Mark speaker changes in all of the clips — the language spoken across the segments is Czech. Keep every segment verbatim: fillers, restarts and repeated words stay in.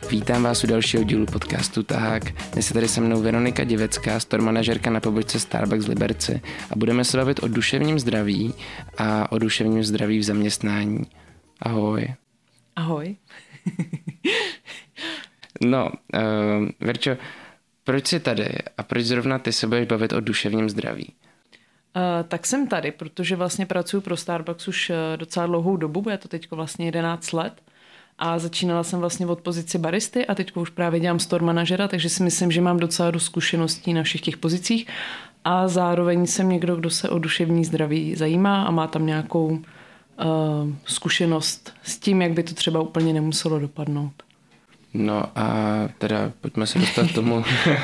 Speaker 1: Vítám vás u dalšího dílu podcastu Tahák. Dnes je tady se mnou Veronika Divecká, store manažerka na pobočce Starbucks v Liberci a budeme se bavit o duševním zdraví a o duševním zdraví v zaměstnání. Ahoj.
Speaker 2: Ahoj.
Speaker 1: No, uh, Verčo, proč jsi tady a proč zrovna ty se budeš bavit o duševním zdraví?
Speaker 2: Uh, tak jsem tady, protože vlastně pracuji pro Starbucks už docela dlouhou dobu, bude to teď vlastně jedenáct let a začínala jsem vlastně od pozici baristy a teď už právě dělám store manažera, takže si myslím, že mám docela dost zkušeností na všech těch pozicích a zároveň jsem někdo, kdo se o duševní zdraví zajímá a má tam nějakou uh, zkušenost s tím, jak by to třeba úplně nemuselo dopadnout.
Speaker 1: No a teda pojďme se dostat k tomu,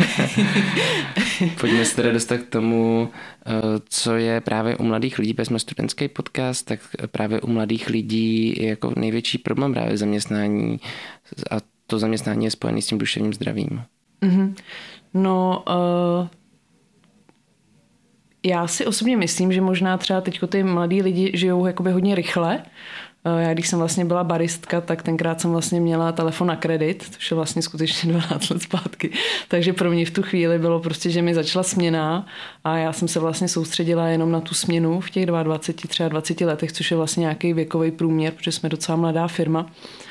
Speaker 1: pojďme se teda dostat k tomu, co je právě u mladých lidí, protože jsme studentský podcast, tak právě u mladých lidí je jako největší problém právě zaměstnání a to zaměstnání je spojené s tím duševním zdravím.
Speaker 2: Mm-hmm. No, uh, já si osobně myslím, že možná třeba teďko ty mladí lidi žijou jakoby hodně rychle. Já když jsem vlastně byla baristka, tak tenkrát jsem vlastně měla telefon na kredit, což je vlastně skutečně dvanáct let zpátky. Takže pro mě v tu chvíli bylo prostě, že mi začala směna a já jsem se vlastně soustředila jenom na tu směnu v těch dvaceti dvou, třiceti letech, což je vlastně nějaký věkový průměr, protože jsme docela mladá firma.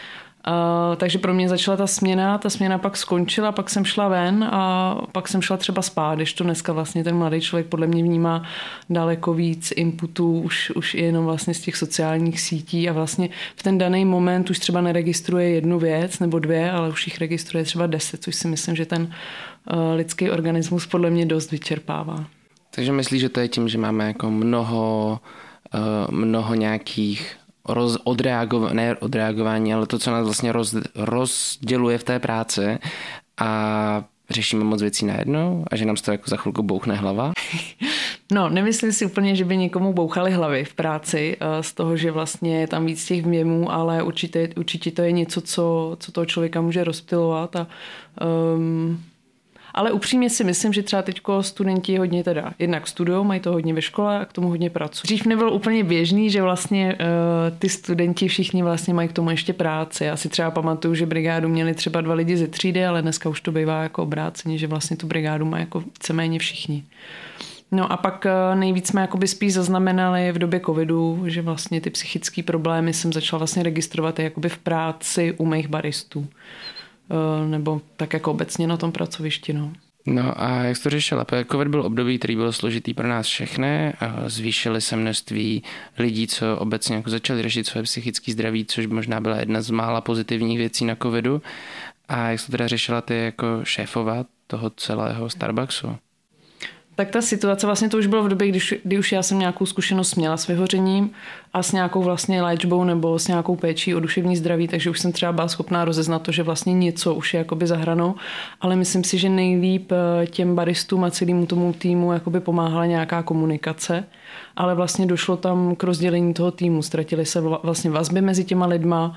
Speaker 2: Uh, takže pro mě začala ta směna, ta směna pak skončila, pak jsem šla ven a pak jsem šla třeba spát, když to dneska vlastně ten mladý člověk podle mě vnímá daleko víc inputů, už, už jenom vlastně z těch sociálních sítí a vlastně v ten daný moment už třeba neregistruje jednu věc nebo dvě, ale už jich registruje třeba deset, což si myslím, že ten uh, lidský organismus podle mě dost vyčerpává.
Speaker 1: Takže myslíš, že to je tím, že máme jako mnoho, uh, mnoho nějakých Roz, odreagov, ne odreagování, ale to, co nás vlastně roz, rozděluje v té práci a řešíme moc věcí najednou a že nám z toho jako za chvilku bouchne hlava?
Speaker 2: No, nemyslím si úplně, že by někomu bouchaly hlavy v práci z toho, že vlastně je tam víc těch vměmů, ale určitě, určitě to je něco, co, co toho člověka může rozptylovat a um, ale upřímně si myslím, že třeba teďko studenti hodně teda jednak studujou, mají to hodně ve škole a k tomu hodně pracují. Dřív nebylo úplně běžný, že vlastně uh, ty studenti všichni vlastně mají k tomu ještě práci. Já si třeba pamatuju, že brigádu měli třeba dva lidi ze třídy, ale dneska už to bývá jako obráceně, že vlastně tu brigádu mají jako víceméně všichni. No a pak uh, nejvíc jsme jakoby spíš zaznamenali v době covidu, že vlastně ty psychické problémy jsem začala vlastně registrovat jakoby v práci u mých baristů. Nebo tak jako obecně na tom pracovišti. No.
Speaker 1: No a jak jsi to řešila? Covid byl období, který byl složitý pro nás všechny. Zvýšily se množství lidí, co obecně jako začali řešit své psychické zdraví, což možná byla jedna z mála pozitivních věcí na covidu. A jak jsi to teda řešila ty jako šéfova toho celého Starbucksu?
Speaker 2: Tak ta situace, vlastně to už bylo v době, když, kdy už já jsem nějakou zkušenost měla s vyhořením a s nějakou vlastně léčbou nebo s nějakou péčí o duševní zdraví, takže už jsem třeba byla schopná rozeznat to, že vlastně něco už je jakoby za hranou, ale myslím si, že nejlíp těm baristům a celému tomu týmu jakoby pomáhala nějaká komunikace, ale vlastně došlo tam k rozdělení toho týmu, ztratily se vlastně vazby mezi těma lidma,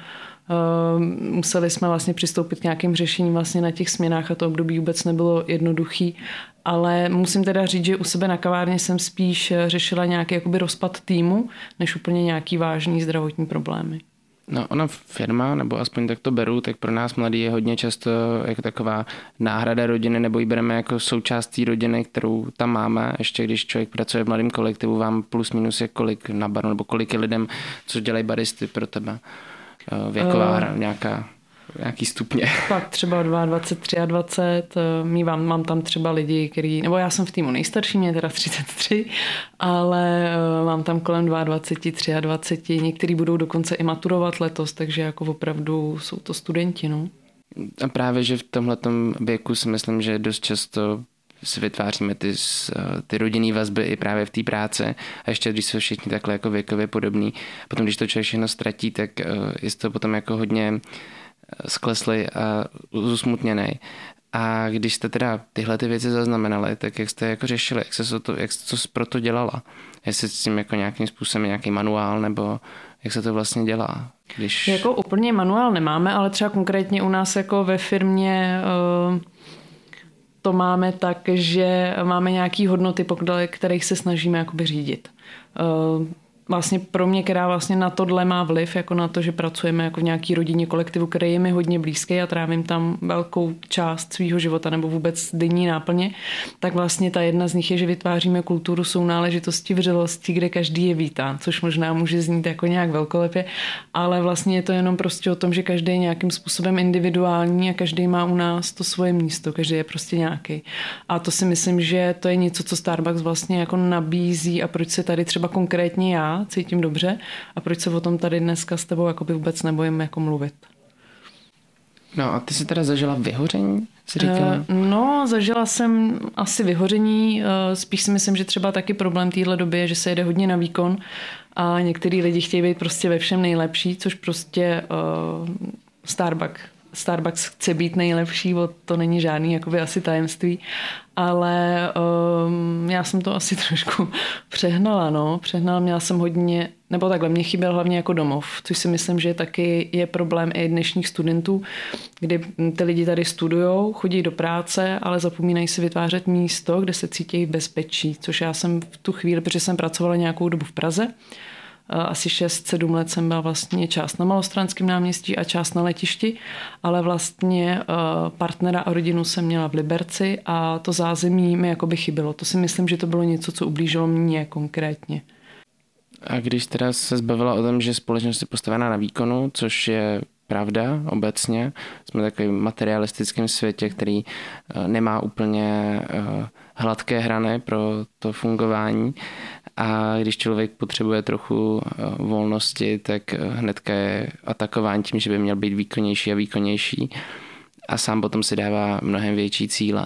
Speaker 2: museli jsme vlastně přistoupit k nějakým řešením vlastně na těch směnách a to období vůbec nebylo jednoduchý, ale musím teda říct, že u sebe na kavárně jsem spíš řešila nějaký jakoby rozpad týmu, než úplně nějaký vážný zdravotní problémy.
Speaker 1: No ona firma, nebo aspoň tak to beru, tak pro nás mladí je hodně často jako taková náhrada rodiny, nebo ji bereme jako součást té rodiny, kterou tam máme. Ještě když člověk pracuje v mladém kolektivu, vám plus minus je kolik na baru, nebo kolik je lidem, co dělají baristy pro tebe. Věková uh, nějaká, nějaký stupně.
Speaker 2: Tak třeba dvacet dva, dvacet tři, mívám, mám tam třeba lidi, který, nebo já jsem v týmu nejstarší, mě je teda třicet tři, ale mám tam kolem dvacet dva, dvacet tři, některý budou dokonce i maturovat letos, takže jako opravdu jsou to studenti, no.
Speaker 1: A právě, že v tomhletom věku si myslím, že dost často si vytváříme ty, ty rodinný vazby i právě v té práci a ještě když jsou všichni takhle jako věkově podobný. Potom, když to člověk všechno ztratí, tak je to potom jako hodně skleslej a usmutněnej. A když jste teda tyhle ty věci zaznamenali, tak jak jste jako řešili, jak jste to, jak jste to pro to dělala? Jestli s tím jako nějakým způsobem nějaký manuál, nebo jak se to vlastně dělá? Když...
Speaker 2: Jako úplně manuál nemáme, ale třeba konkrétně u nás jako ve firmě uh... to máme tak, že máme nějaké hodnoty, podle kterých se snažíme jakoby řídit. vlastně pro mě, která vlastně na tohle má vliv, jako na to, že pracujeme jako v nějaký rodině, kolektivu, který je mi hodně blízký a trávím tam velkou část svýho života nebo vůbec denní náplně, tak vlastně ta jedna z nich je, že vytváříme kulturu sounáležitosti, vřelosti, kde každý je vítán, což možná může znít jako nějak velkolepě, ale vlastně je to jenom prostě o tom, že každý je nějakým způsobem individuální a každý má u nás to svoje místo, každý je prostě nějaký. A to si myslím, že to je něco, co Starbucks vlastně jako nabízí a proč se tady třeba konkrétně já cítím dobře a proč se o tom tady dneska s tebou jakoby vůbec nebojím jako mluvit.
Speaker 1: No a ty jsi teda zažila vyhoření, jsi říkala?
Speaker 2: Uh, no, zažila jsem asi vyhoření, uh, spíš si myslím, že třeba taky problém téhle doby je, že se jede hodně na výkon a některý lidi chtějí být prostě ve všem nejlepší, což prostě uh, Starbucks Starbucks chce být nejlepší, to není žádný jakoby asi tajemství, ale um, já jsem to asi trošku přehnala, no. Přehnala, měla jsem hodně, nebo takhle, mě chyběl hlavně jako domov, což si myslím, že taky je problém i dnešních studentů, kdy ty lidi tady studujou, chodí do práce, ale zapomínají si vytvářet místo, kde se cítí v bezpečí, což já jsem v tu chvíli, protože jsem pracovala nějakou dobu v Praze, asi šest sedm let jsem byla vlastně část na Malostranském náměstí a část na letišti, ale vlastně partnera a rodinu jsem měla v Liberci a to zázemí mi jakoby chybělo. To si myslím, že to bylo něco, co ublížilo mě konkrétně.
Speaker 1: A když teda se zbavila o tom, že společnost je postavená na výkonu, což je pravda obecně, jsme v takovém materialistickém světě, který nemá úplně hladké hrany pro to fungování, a když člověk potřebuje trochu volnosti, tak hnedka je atakován tím, že by měl být výkonnější a výkonnější a sám potom si dává mnohem větší cíle.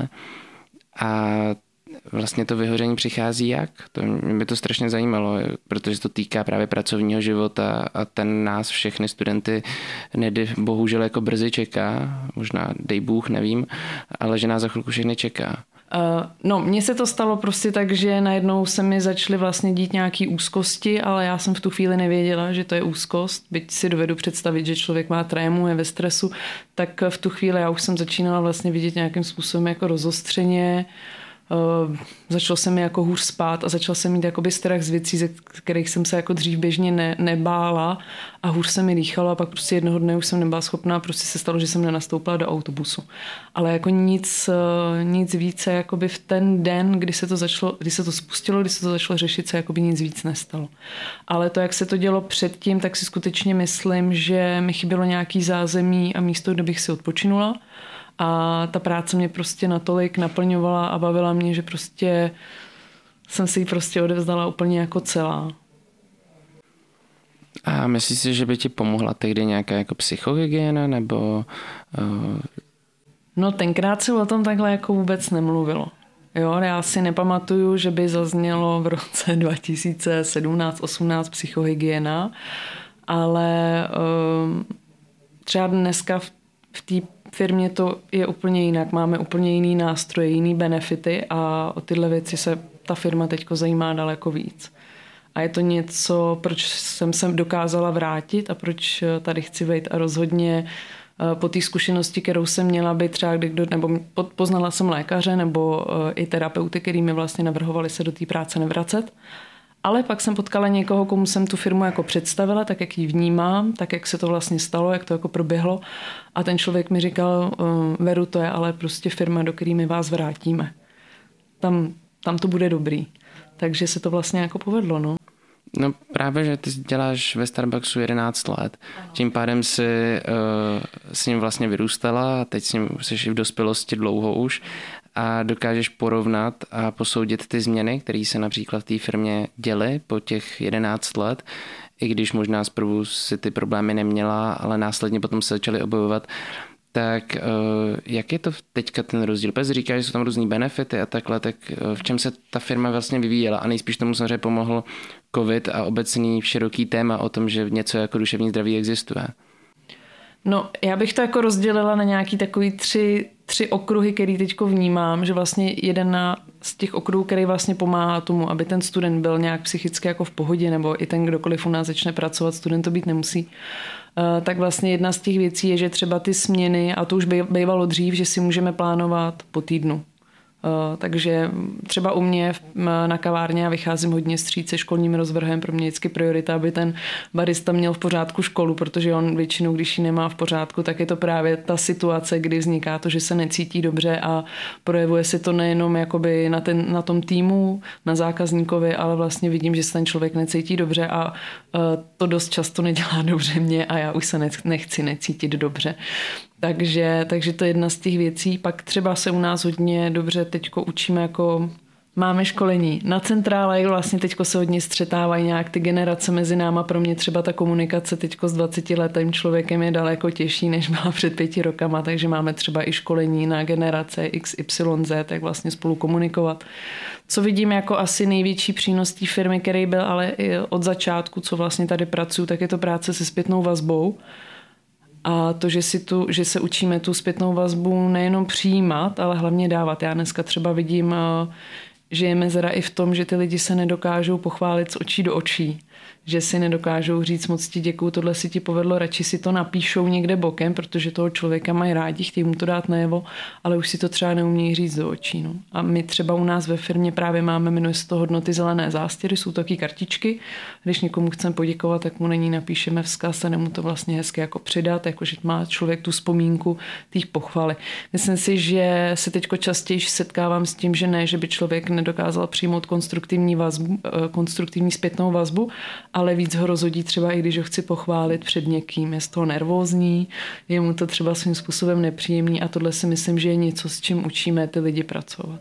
Speaker 1: A vlastně to vyhoření přichází jak? To mě by to strašně zajímalo, protože to týká právě pracovního života a ten nás všechny studenty nedy, bohužel jako brzy čeká, možná dej Bůh, nevím, ale že nás za chvilku všechny čeká.
Speaker 2: Uh, no, mně se to stalo prostě tak, že najednou se mi začaly vlastně dít nějaký úzkosti, ale já jsem v tu chvíli nevěděla, že to je úzkost. Byť si dovedu představit, že člověk má trému, je ve stresu, tak v tu chvíli já už jsem začínala vlastně vidět nějakým způsobem jako rozostřeně. Uh, začalo se mi jako hůř spát a začal jsem mít jakoby strach z věcí, ze kterých jsem se jako dřív běžně ne, nebála a hůř se mi dýchalo a pak prostě jednoho dne už jsem nebyla schopná, prostě se stalo, že jsem nenastoupila do autobusu. Ale jako nic, uh, nic více jakoby v ten den, kdy se to začalo, kdy se to spustilo, kdy se to začalo řešit, se jakoby nic víc nestalo. Ale to, jak se to dělo předtím, tak si skutečně myslím, že mi chybělo nějaký zázemí a místo, kde bych si odpočinula. A ta práce mě prostě natolik naplňovala a bavila mě, že prostě jsem si ji prostě odevzdala úplně jako celá.
Speaker 1: A myslíš si, že by ti pomohla tehdy nějaká jako psychohygiena nebo... Uh...
Speaker 2: No tenkrát se o tom takhle jako vůbec nemluvilo. Jo, já si nepamatuju, že by zaznělo v roce dva tisíce sedmnáct osmnáct psychohygiena, ale um, třeba dneska v, v té firmě to je úplně jinak. Máme úplně jiný nástroje, jiný benefity a o tyhle věci se ta firma teďko zajímá daleko víc. A je to něco, proč jsem se dokázala vrátit a proč tady chci být a rozhodně po té zkušenosti, kterou jsem měla být třeba, kdy, nebo poznala jsem lékaře nebo i terapeuty, který mi vlastně navrhovali se do té práce nevracet. Ale pak jsem potkala někoho, komu jsem tu firmu jako představila, tak jak ji vnímám, tak jak se to vlastně stalo, jak to jako proběhlo. A ten člověk mi říkal, Veru, to je ale prostě firma, do které my vás vrátíme. Tam, tam to bude dobrý. Takže se to vlastně jako povedlo, no.
Speaker 1: No právě, že ty děláš ve Starbucksu jedenáct let. Tím pádem si uh, s ním vlastně vyrůstala a teď s ním jsi v dospělosti dlouho už a dokážeš porovnat a posoudit ty změny, které se například v té firmě děly po těch jedenáct let, i když možná zprvu si ty problémy neměla, ale následně potom se začaly objevovat. Tak jak je to teďka ten rozdíl? Protože říkáš, že jsou tam různý benefity a takhle, tak v čem se ta firma vlastně vyvíjela? A nejspíš tomu samozřejmě pomohl covid a obecný široký téma o tom, že něco jako duševní zdraví existuje.
Speaker 2: No, já bych to jako rozdělila na nějaký takový tři, tři okruhy, který teďko vnímám, že vlastně jeden z těch okruhů, který vlastně pomáhá tomu, aby ten student byl nějak psychicky jako v pohodě, nebo i ten, kdokoliv u nás začne pracovat, student to být nemusí, tak vlastně jedna z těch věcí je, že třeba ty směny, a to už bývalo dřív, že si můžeme plánovat po týdnu. Takže třeba u mě na kavárně já vycházím hodně vstříc se školním rozvrhem, pro mě je vždycky priorita, aby ten barista měl v pořádku školu, protože on většinou, když ji nemá v pořádku, tak je to právě ta situace, kdy vzniká to, že se necítí dobře a projevuje se to nejenom jakoby na, ten, na tom týmu, na zákazníkovi, ale vlastně vidím, že se ten člověk necítí dobře a to dost často nedělá dobře mě a já už se nechci necítit dobře. Takže, takže to je jedna z těch věcí. Pak třeba se u nás hodně dobře teďko učíme, jako máme školení na centrále, vlastně teďko se hodně střetávají nějak ty generace mezi náma. Pro mě třeba ta komunikace teďko s dvacetiletým člověkem je daleko těžší, než byla před pěti rokama, takže máme třeba i školení na generace X Y Z, jak vlastně spolu komunikovat. Co vidím jako asi největší přínos té firmy, který byl ale i od začátku, co vlastně tady pracuji, tak je to práce se zpětnou vazbou. A to, že, si tu, že se učíme tu zpětnou vazbu nejenom přijímat, ale hlavně dávat. Já dneska třeba vidím, že je mezera i v tom, že ty lidi se nedokážou pochválit z očí do očí. Že si nedokážou říct moc ti děkuju, tohle si ti povedlo, radši si to napíšou někde bokem, protože toho člověka mají rádi, chtějí mu to dát najevo, ale už si to třeba neumějí říct do očí. No. A my třeba u nás ve firmě právě máme, jmenuje se to hodnoty zelené zástěry, jsou taky kartičky. Když někomu chceme poděkovat, tak mu na ní napíšeme vzkaz a mu to vlastně hezky jako přidat, jakože má člověk tu vzpomínku těch pochvaly. Myslím si, že se teďko častěji setkávám s tím, že ne, že by člověk nedokázal přijmout konstruktivní vazbu, konstruktivní zpětnou vazbu, ale víc ho rozhodí třeba i když ho chci pochválit před někým. Je z toho nervózní, je mu to třeba svým způsobem nepříjemný a tohle si myslím, že je něco, s čím učíme ty lidi pracovat.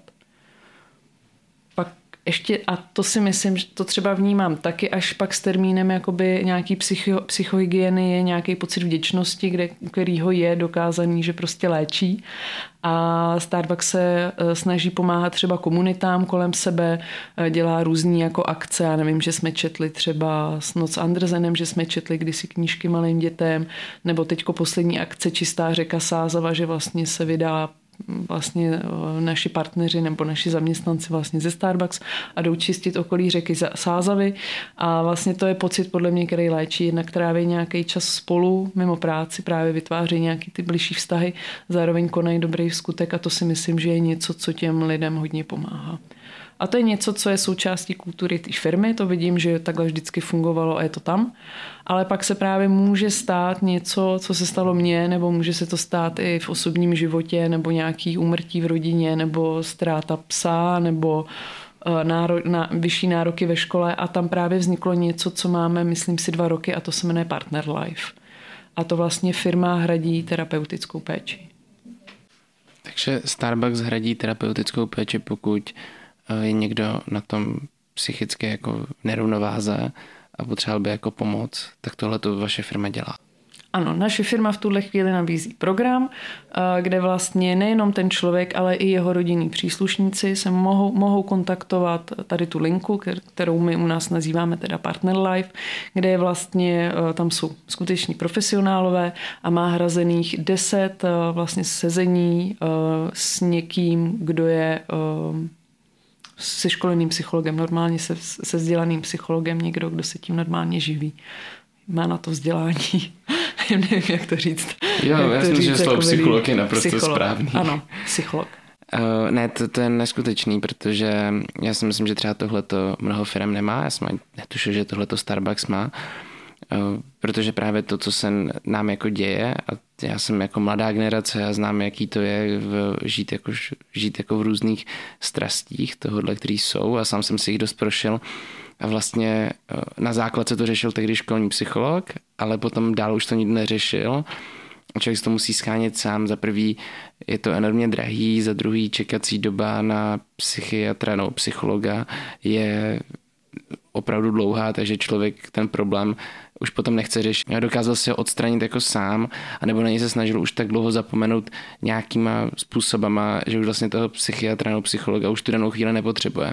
Speaker 2: Pak ještě, a to si myslím, že to třeba vnímám taky až pak s termínem jakoby nějaký psycho, psychohygieny je nějaký pocit vděčnosti, kde, kterýho je dokázaný, že prostě léčí. A Starbucks se snaží pomáhat třeba komunitám kolem sebe, dělá různý jako akce. Já nevím, že jsme četli třeba s Noc Andersenem, že jsme četli kdysi knížky malým dětem, nebo teďko poslední akce Čistá řeka Sázava, že vlastně se vydá vlastně naši partneři nebo naši zaměstnanci vlastně ze Starbucks a jdou čistit okolí řeky Sázavy a vlastně to je pocit podle mě, který léčí, jednak tráví nějaký čas spolu mimo práci, právě vytváří nějaký ty blížší vztahy, zároveň konají dobrý skutek a to si myslím, že je něco, co těm lidem hodně pomáhá. A to je něco, co je součástí kultury té firmy, to vidím, že takhle vždycky fungovalo a je to tam. Ale pak se právě může stát něco, co se stalo mně, nebo může se to stát i v osobním životě, nebo nějaký úmrtí v rodině, nebo ztráta psa, nebo náro, na, vyšší nároky ve škole a tam právě vzniklo něco, co máme, myslím si, dva roky a to se jmenuje Partner Life. A to vlastně firma hradí terapeutickou péči.
Speaker 1: Takže Starbucks hradí terapeutickou péči, pokud je někdo na tom psychicky jako nerovnováze a potřeboval by jako pomoc, tak tohle to vaše firma dělá.
Speaker 2: Ano, naše firma v tuhle chvíli nabízí program, kde vlastně nejenom ten člověk, ale i jeho rodinní příslušníci se mohou, mohou kontaktovat tady tu linku, kterou my u nás nazýváme teda Partner Life, kde je vlastně, tam jsou skuteční profesionálové a má hrazených deset vlastně sezení s někým, kdo je se školeným psychologem, normálně se, se vzdělaným psychologem, někdo, kdo se tím normálně živí. Má na to vzdělání. Nevím, jak to říct.
Speaker 1: Jo, já myslím, že slovo psycholog je naprosto
Speaker 2: psycholog.
Speaker 1: Správný.
Speaker 2: Ano, psycholog.
Speaker 1: Uh, ne, to, to je neskutečný, protože já si myslím, že třeba tohleto mnoho firm nemá. Já jsem netušil, že tohleto Starbucks má. Uh, protože právě to, co se nám jako děje, a já jsem jako mladá generace, já znám, jaký to je v, žít, jako, žít jako v různých strastích tohodle, který jsou a sám jsem si jich dost prošel. A vlastně na základce to řešil tehdy školní psycholog, ale potom dál už to nikdo neřešil. Člověk si to musí schánět sám. Za prvý je to enormně drahý, za druhý čekací doba na psychiatra nebo psychologa je opravdu dlouhá, takže člověk ten problém už potom nechce řešit. Dokázal si ho odstranit jako sám, anebo na něj se snažil už tak dlouho zapomenout nějakýma způsobama, že už vlastně toho psychiatra nebo psychologa už tu danou chvíli nepotřebuje.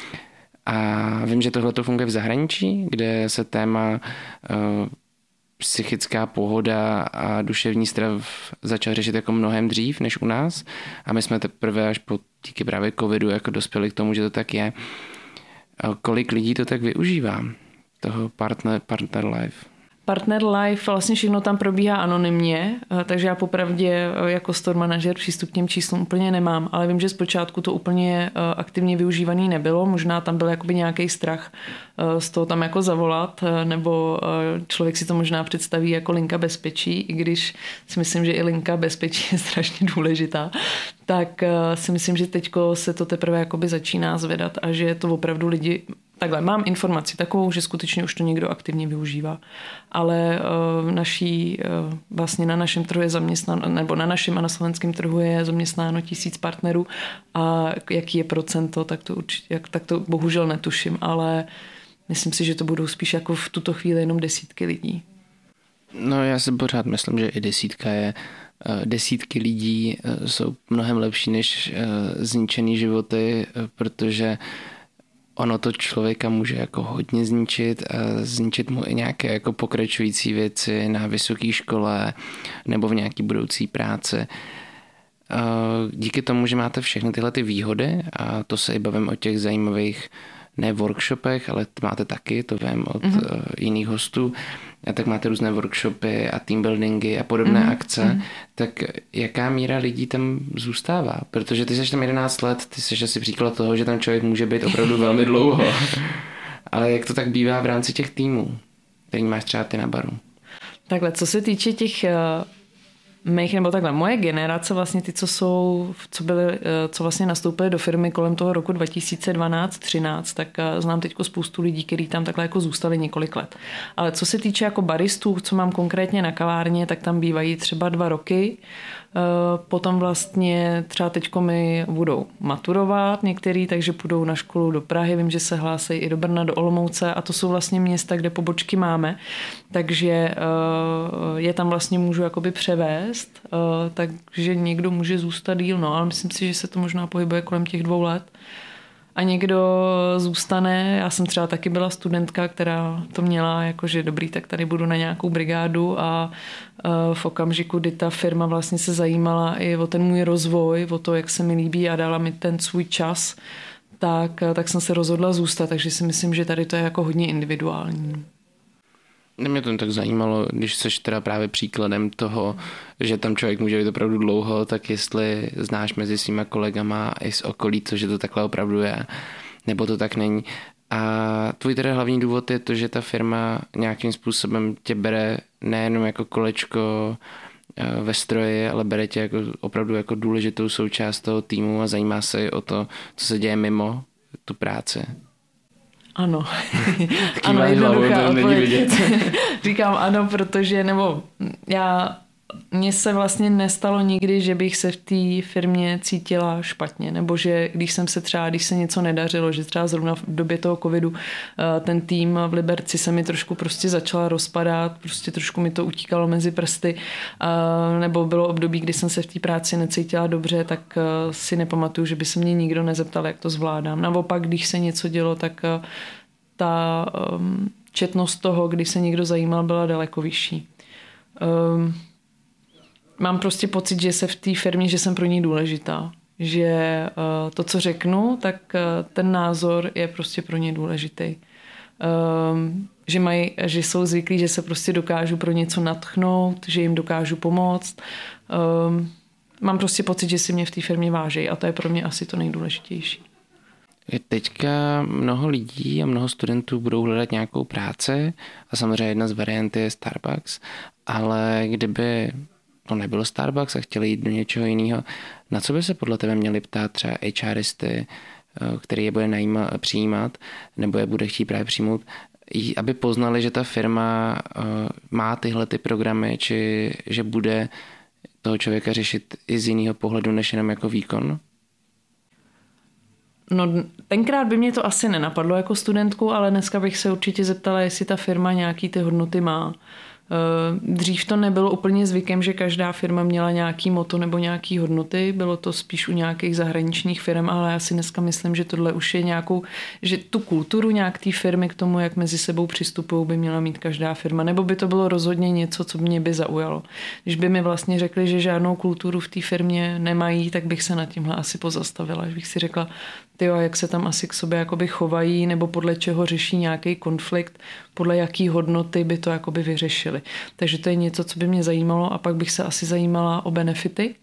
Speaker 1: A vím, že tohle to funguje v zahraničí, kde se téma uh, psychická pohoda a duševní stav začal řešit jako mnohem dřív než u nás. A my jsme teprve až po díky právě covidu jako dospěli k tomu, že to tak je. A kolik lidí to tak využívá, toho partner, partner life?
Speaker 2: Partner Life, vlastně všechno tam probíhá anonymně, takže já popravdě jako store manažer přístup k těm číslům úplně nemám, ale vím, že zpočátku to úplně aktivně využívaný nebylo, možná tam byl jakoby nějaký strach z toho tam jako zavolat, nebo člověk si to možná představí jako linka bezpečí, i když si myslím, že i linka bezpečí je strašně důležitá, tak si myslím, že teďko se to teprve jakoby začíná zvedat a že to opravdu lidi. Takhle, mám informaci takovou, že skutečně už to někdo aktivně využívá, ale uh, naší, uh, vlastně na našem trhu je zaměstnáno, nebo na našem a na slovenském trhu je zaměstnáno tisíc partnerů a jaký je procento, tak to, určitě, jak, tak to bohužel netuším, ale myslím si, že to budou spíš jako v tuto chvíli jenom desítky lidí.
Speaker 1: No já si pořád myslím, že i desítka je, desítky lidí jsou mnohem lepší než zničený životy, protože ono to člověka může jako hodně zničit a zničit mu i nějaké jako pokračující věci na vysoké škole nebo v nějaký budoucí práci. Díky tomu, že máte všechny tyhle ty výhody a to se i bavím o těch zajímavých ne workshopech, ale máte taky, to vím od mm-hmm. jiných hostů, a tak máte různé workshopy a team buildingy a podobné mm-hmm. akce, mm-hmm. tak jaká míra lidí tam zůstává? Protože ty jsi tam jedenáct let, ty jsi asi příklad toho, že tam člověk může být opravdu velmi dlouho. Ale jak to tak bývá v rámci těch týmů, který máš třeba ty na baru?
Speaker 2: Takhle, co se týče těch mých, nebo takhle, moje generace, vlastně ty, co jsou, co byly, co vlastně nastoupili do firmy kolem toho roku dva tisíce dvanáct třináct, tak znám teďko spoustu lidí, kteří tam takhle jako zůstali několik let. Ale co se týče jako baristů, co mám konkrétně na kavárně, tak tam bývají třeba dva roky. Potom vlastně třeba teďko mi budou maturovat některý, takže půjdou na školu do Prahy, vím, že se hlásí i do Brna, do Olomouce a to jsou vlastně města, kde pobočky máme, takže je tam vlastně můžu jakoby převést, takže někdo může zůstat díl, no, ale myslím si, že se to možná pohybuje kolem těch dvou let. A někdo zůstane, já jsem třeba taky byla studentka, která to měla jakože dobrý, tak tady budu na nějakou brigádu a v okamžiku, kdy ta firma vlastně se zajímala i o ten můj rozvoj, o to, jak se mi líbí a dala mi ten svůj čas, tak, tak jsem se rozhodla zůstat, takže si myslím, že tady to je jako hodně individuální.
Speaker 1: Mě to tak zajímalo, když seš teda právě příkladem toho, že tam člověk může být opravdu dlouho, tak jestli znáš mezi svýma kolegama i z okolí to, že to takhle opravdu je, nebo to tak není. A tvůj teda hlavní důvod je to, že ta firma nějakým způsobem tě bere nejenom jako kolečko ve stroji, ale bere tě jako opravdu jako důležitou součást toho týmu a zajímá se i o to, co se děje mimo tu práci.
Speaker 2: Ano. Ano, jednoduchá odpověď. Říkám ano, protože, nebo já, mně se vlastně nestalo nikdy, že bych se v té firmě cítila špatně, nebo že když jsem se třeba, když se něco nedařilo, že třeba zrovna v době toho covidu ten tým v Liberci se mi trošku prostě začala rozpadat, prostě trošku mi to utíkalo mezi prsty, nebo bylo období, kdy jsem se v té práci necítila dobře, tak si nepamatuju, že by se mě nikdo nezeptal, jak to zvládám. Naopak, když se něco dělo, tak ta četnost toho, když se někdo zajímal, byla daleko vyšší. Mám prostě pocit, že se v té firmě, že jsem pro ní důležitá. Že uh, to, co řeknu, tak uh, ten názor je prostě pro ně důležitý. Um, že, mají, že jsou zvyklí, že se prostě dokážu pro něco nadchnout, že jim dokážu pomoct. Um, mám prostě pocit, že si mě v té firmě vážejí a to je pro mě asi to nejdůležitější.
Speaker 1: Teďka mnoho lidí a mnoho studentů budou hledat nějakou práci a samozřejmě jedna z variant je Starbucks, ale kdyby to nebylo Starbucks a chtěli jít do něčeho jiného, na co by se podle tebe měli ptát třeba HRisty, který je bude najímat, přijímat, nebo je bude chtít právě přijmout, aby poznali, že ta firma má tyhle ty programy, či že bude toho člověka řešit i z jiného pohledu, než jenom jako výkon?
Speaker 2: No, tenkrát by mě to asi nenapadlo jako studentku, ale dneska bych se určitě zeptala, jestli ta firma nějaký ty hodnoty má. Dřív to nebylo úplně zvykem, že každá firma měla nějaký motto nebo nějaký hodnoty, bylo to spíš u nějakých zahraničních firm, ale já si dneska myslím, že tohle už je nějakou, že tu kulturu nějak té firmy k tomu, jak mezi sebou přistupují, by měla mít každá firma, nebo by to bylo rozhodně něco, co mě by zaujalo. Když by mi vlastně řekli, že žádnou kulturu v té firmě nemají, tak bych se nad tímhle asi pozastavila, že bych si řekla, tyjo, jak se tam asi k sobě jakoby chovají, nebo podle čeho řeší nějaký konflikt, podle jaký hodnoty by to jakoby vyřešili. Takže to je něco, co by mě zajímalo a pak bych se asi zajímala o benefity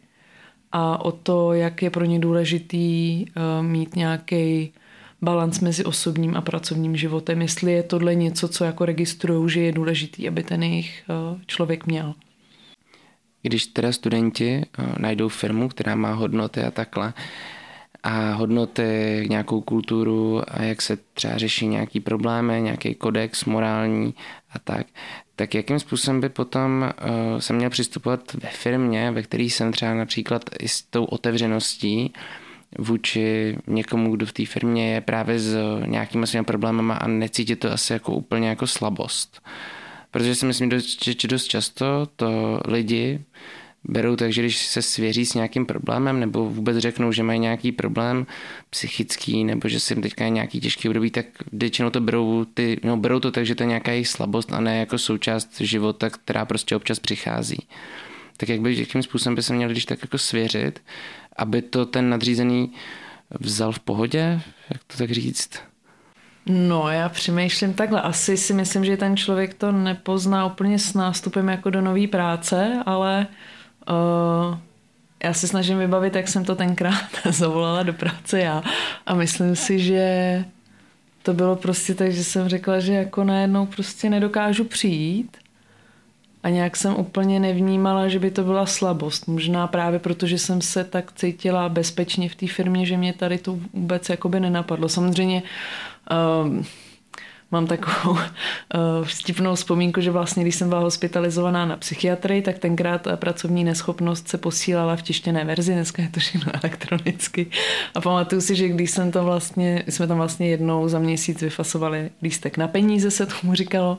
Speaker 2: a o to, jak je pro ně důležitý uh, mít nějaký balans mezi osobním a pracovním životem. Jestli je tohle něco, co jako registrujou, že je důležitý, aby ten jejich uh, člověk měl.
Speaker 1: Když teda studenti uh, najdou firmu, která má hodnoty a takhle, a hodnoty, nějakou kulturu a jak se třeba řeší nějaký problémy, nějaký kodex morální a tak, tak jakým způsobem by potom uh, se měl přistupovat ve firmě, ve které jsem třeba například i s tou otevřeností vůči někomu, kdo v té firmě je právě s nějakýma svými problémama a necítí to asi jako úplně jako slabost. Protože si myslím, že dost často to lidi berou tak, že když se svěří s nějakým problémem nebo vůbec řeknou, že mají nějaký problém psychický nebo že si jim teďka je nějaký těžký období, tak většinou to berou, ty, no, berou to tak, že to je nějaká jejich slabost a ne jako součást života, která prostě občas přichází. Tak jak by, jakým způsobem by se měl když tak jako svěřit, aby to ten nadřízený vzal v pohodě, jak to tak říct?
Speaker 2: No, já přemýšlím takhle. Asi si myslím, že ten člověk to nepozná úplně s nástupem jako do nové práce, ale uh, já se snažím vybavit, jak jsem to tenkrát zavolala do práce já. A myslím si, že to bylo prostě tak, že jsem řekla, že jako najednou prostě nedokážu přijít a nějak jsem úplně nevnímala, že by to byla slabost. Možná právě proto, že jsem se tak cítila bezpečně v té firmě, že mě tady to vůbec jakoby nenapadlo. Samozřejmě um, mám takovou uh, vtipnou vzpomínku, že vlastně, když jsem byla hospitalizovaná na psychiatrii, tak tenkrát pracovní neschopnost se posílala v tištěné verzi, dneska je to všechno elektronicky. A pamatuju si, že když jsem to vlastně, jsme tam vlastně jednou za měsíc vyfasovali lístek na peníze, se tomu říkalo,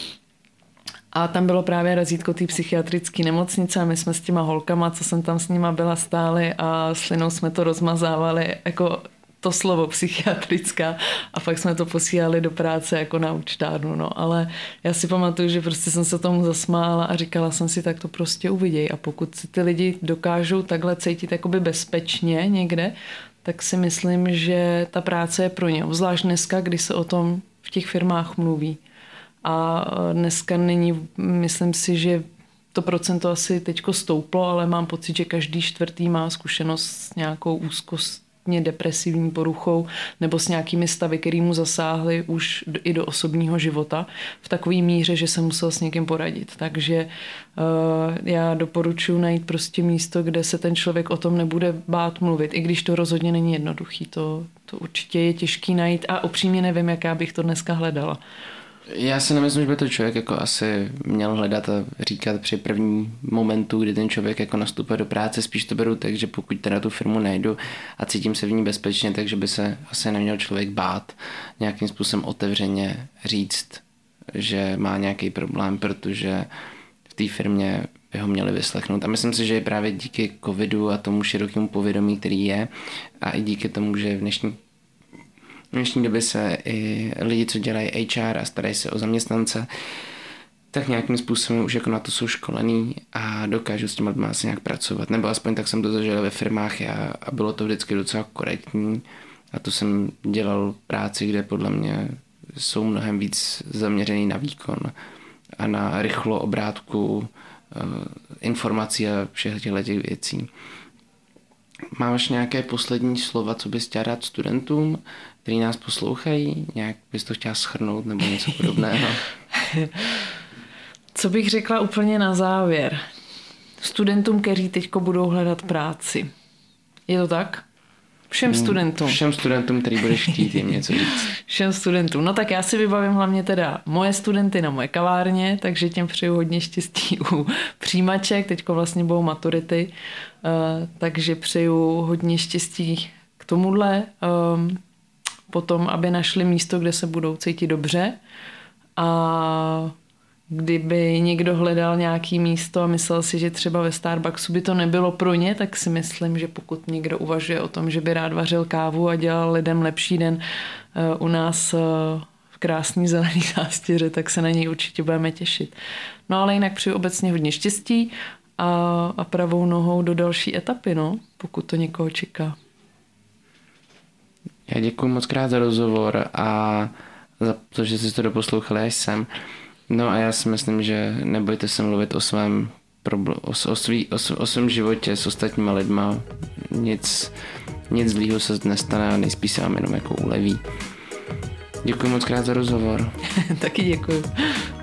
Speaker 2: a tam bylo právě razítko té psychiatrické nemocnice a my jsme s těma holkama, co jsem tam s nima byla, stáli a slinou jsme to rozmazávali jako to slovo psychiatrická a fakt jsme to posílali do práce jako na účtárnu. No. Ale já si pamatuju, že prostě jsem se tomu zasmála a říkala jsem si, tak to prostě uviděj. A pokud si ty lidi dokážou takhle cítit jakoby bezpečně někde, tak si myslím, že ta práce je pro ně. Obzvlášť dneska, kdy se o tom v těch firmách mluví. A dneska není, myslím si, že to procento asi teďko stouplo, ale mám pocit, že každý čtvrtý má zkušenost s nějakou úzkostně depresivní poruchou nebo s nějakými stavy, které mu zasáhly už i do osobního života v takové míře, že se musel s někým poradit. Takže uh, já doporučuji najít prostě místo, kde se ten člověk o tom nebude bát mluvit, i když to rozhodně není jednoduchý. To, to určitě je těžký najít a upřímně nevím, jak já bych to dneska hledala.
Speaker 1: Já si nemyslím, že by to člověk jako asi měl hledat a říkat při první momentu, kdy ten člověk jako nastupuje do práce, spíš to beru tak, že pokud teda tu firmu najdu a cítím se v ní bezpečně, takže by se asi neměl člověk bát nějakým způsobem otevřeně říct, že má nějaký problém, protože v té firmě by ho měli vyslechnout. A myslím si, že je právě díky covidu a tomu širokému povědomí, který je, a i díky tomu, že v dnešní V dnešní době se i lidi, co dělají H R a starají se o zaměstnance, tak nějakým způsobem už jako na to jsou školený a dokážou s těma lidma asi nějak pracovat. Nebo aspoň tak jsem to zažil ve firmách já, a bylo to vždycky docela korektní. A to jsem dělal práci, kde podle mě jsou mnohem víc zaměřený na výkon a na rychlo obrátku informací a všech těchto těch věcí. Máš nějaké poslední slova, co bys chtěla dát studentům, kteří nás poslouchají? Nějak bys to chtěla shrnout nebo něco podobného?
Speaker 2: Co bych řekla úplně na závěr? Studentům, kteří teďko budou hledat práci. Je to tak? Všem studentům.
Speaker 1: Všem studentům, který budeš chtít jim něco říct.
Speaker 2: Všem studentům. No tak já si vybavím hlavně teda moje studenty na moje kavárně, takže těm přeju hodně štěstí u přijímaček. Teďko vlastně budou maturity, uh, takže přeju hodně štěstí k tomuhle. Um, potom, aby našli místo, kde se budou cítit dobře. A kdyby někdo hledal nějaký místo a myslel si, že třeba ve Starbucksu by to nebylo pro ně, tak si myslím, že pokud někdo uvažuje o tom, že by rád vařil kávu a dělal lidem lepší den u nás v krásný zelený zástěře, tak se na něj určitě budeme těšit. No ale jinak přeju obecně hodně štěstí a, a pravou nohou do další etapy, no, pokud to někoho čeká.
Speaker 1: Já děkuji moc krát za rozhovor a za to, že jste to doposlouchali až sem. No a já si myslím, že nebojte se mluvit o svém probl- o, o, svý, o, o svém životě s ostatníma lidma. Nic, nic zlýho se nestane a nejspíš se vám jenom jako uleví. Děkuji moc krát za rozhovor.
Speaker 2: Taky děkuji.